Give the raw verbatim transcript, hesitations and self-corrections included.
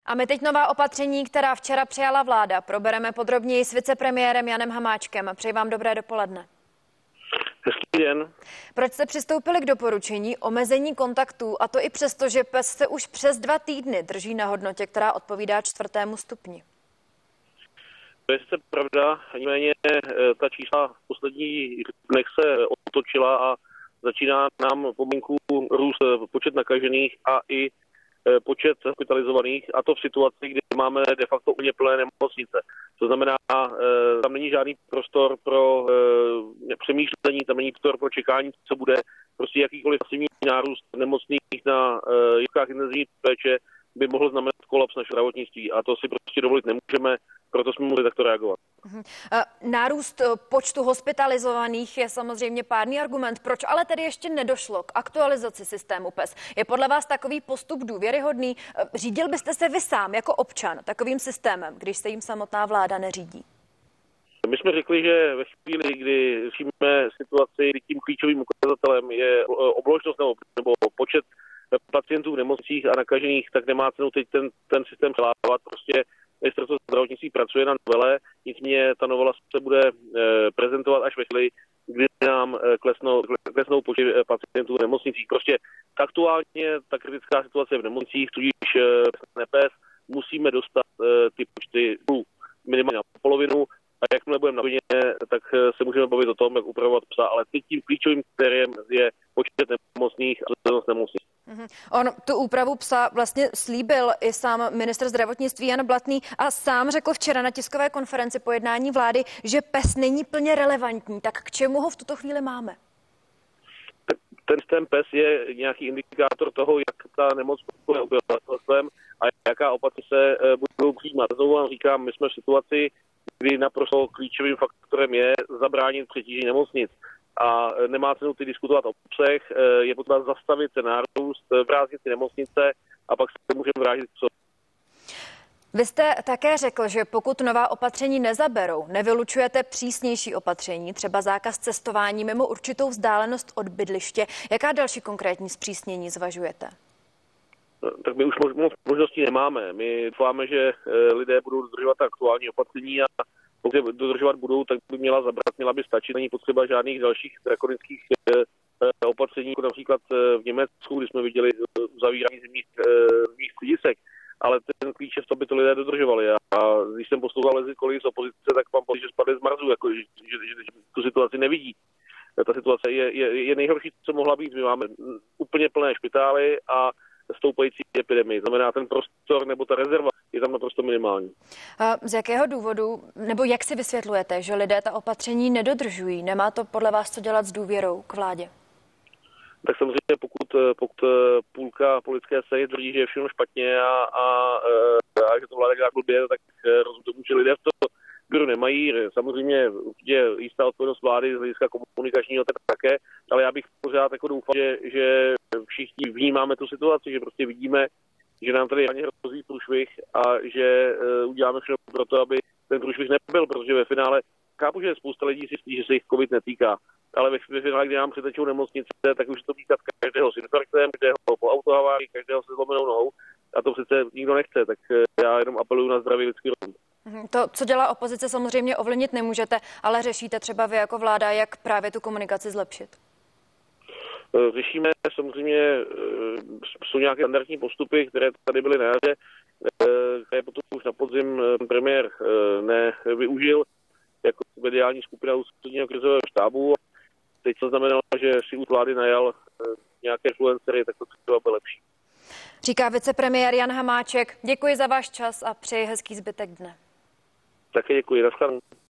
A my teď nová opatření, která včera přijala vláda, probereme podrobněji s vicepremiérem Janem Hamáčkem. Přeji vám dobré dopoledne. Hezký den. Proč jste přistoupili k doporučení omezení kontaktů, a to i přesto, že pes se už přes dva týdny drží na hodnotě, která odpovídá čtvrtému stupni? To je sice pravda, nicméně ta čísla v posledních dnech se otočila a začíná nám pomalinku růst počet nakažených a i počet hospitalizovaných, a to v situaci, kdy máme de facto úplně plné nemocnice. To znamená, tam není žádný prostor pro přemýšlení, tam není prostor pro čekání, co bude. Prostě jakýkoliv masivní nárůst nemocných na jednotkách intenzivní péče by mohl znamenat kolaps našeho zdravotnictví, a to si prostě dovolit nemůžeme, proto jsme mohli takto reagovat. Nárůst počtu hospitalizovaných je samozřejmě pádný argument. Proč ale tedy ještě nedošlo k aktualizaci systému PES? Je podle vás takový postup důvěryhodný? Řídil byste se vy sám jako občan takovým systémem, když se jim samotná vláda neřídí? My jsme řekli, že ve chvíli, kdy řešíme situaci, kdy tím klíčovým ukazatelem je obložnost nebo, nebo počet pacientů v nemocnicích a nakažených, tak nemá cenu teď ten, ten systém přelávat. Prostě Ministerstvo zdravotnictví pracuje na novele, nicméně ta novela se bude e, prezentovat až ve chvíli, kdy nám e, klesnou, klesnou počet pacientů v nemocnicích. Prostě aktuálně ta kritická situace v nemocnicích, tudíž e, nepes, musíme dostat e, ty počty minimálně na polovinu, a jakmile budeme na vině, tak se můžeme bavit o tom, jak upravovat psa, ale teď tím klíčovým kritériem je počet nemocných a zodpovědnost nemocných. Mm-hmm. On tu úpravu psa vlastně slíbil i sám ministr zdravotnictví Jan Blatný a sám řekl včera na tiskové konferenci po jednání vlády, že pes není plně relevantní. Tak k čemu ho v tuto chvíli máme? Ten systém PES je nějaký indikátor toho, jak ta nemoc je obyvatelstvem a jaká opatření se budou přijímat. Znovu vám říkám, my jsme v situaci, kdy naprosto klíčovým faktorem je zabránit přetížení nemocnic. A nemá cenu ty diskutovat o psech, je potřeba zastavit ten nárůst, vrátit ty nemocnice a pak se můžeme vrátit k sobě. Vy jste také řekl, že pokud nová opatření nezaberou, nevylučujete přísnější opatření, třeba zákaz cestování mimo určitou vzdálenost od bydliště. Jaká další konkrétní zpřísnění zvažujete? Tak my už moc možností nemáme. My doufáme, že lidé budou dodržovat aktuální opatření, a pokud dodržovat budou, tak by měla zabrat, měla by stačit. Není potřeba žádných dalších drakonických opatření, jako například v Německu, kdy jsme viděli uzavírání zimních, zimních středisek. Ale ten klíč je v tom, by to lidé dodržovali. A když jsem poslouchal kolegy z opozice, tak mám pocit, že spadli z Marsu, jako, že, že, že, že tu situaci nevidí. Ta situace je, je, je nejhorší, co mohla být. My máme úplně plné špitály a stoupající epidemii. Znamená, ten prostor nebo ta rezerva je tam naprosto minimální. A z jakého důvodu, nebo jak si vysvětlujete, že lidé ta opatření nedodržují? Nemá to podle vás co dělat s důvěrou k vládě? Tak samozřejmě, pokud, pokud půlka politické strany tvrdí, že je všechno špatně a, a, a že to vláda dělá blbě, tak rozumím tomu, že lidé v to důvěru nemají. Samozřejmě je jistá odpovědnost vlády z hlediska komunikačního také, ale já bych pořád jako doufal, že, že všichni vnímáme tu situaci, že prostě vidíme, že nám tady hrozí průšvih a že uh, uděláme všechno pro to, aby ten průšvih nebyl, protože ve finále chápu, že spousta lidí si myslí, že se jich covid netýká, ale ve finále, kdy nám přitečou nemocnice, tak už to týká každého s infarktem, každého po autohavárii, každého se zlomenou nohou, a to přece nikdo nechce, tak uh, já jenom apeluju na zdravý lidský rozum. To, co dělá opozice, samozřejmě ovlivnit nemůžete, ale řešíte třeba vy jako vláda, jak právě tu komunikaci zlepšit? Řešíme, samozřejmě jsou nějaké standardní postupy, které tady byly na jaře, které potom už na podzim premiér nevyužil jako mediální skupina ústředního krizového štábu. Teď to znamenalo, že si u vlády najal nějaké influencery, tak to třeba bylo lepší. Říká vicepremiér Jan Hamáček. Děkuji za váš čas a přeji hezký zbytek dne. Také děkuji. Naschledanou.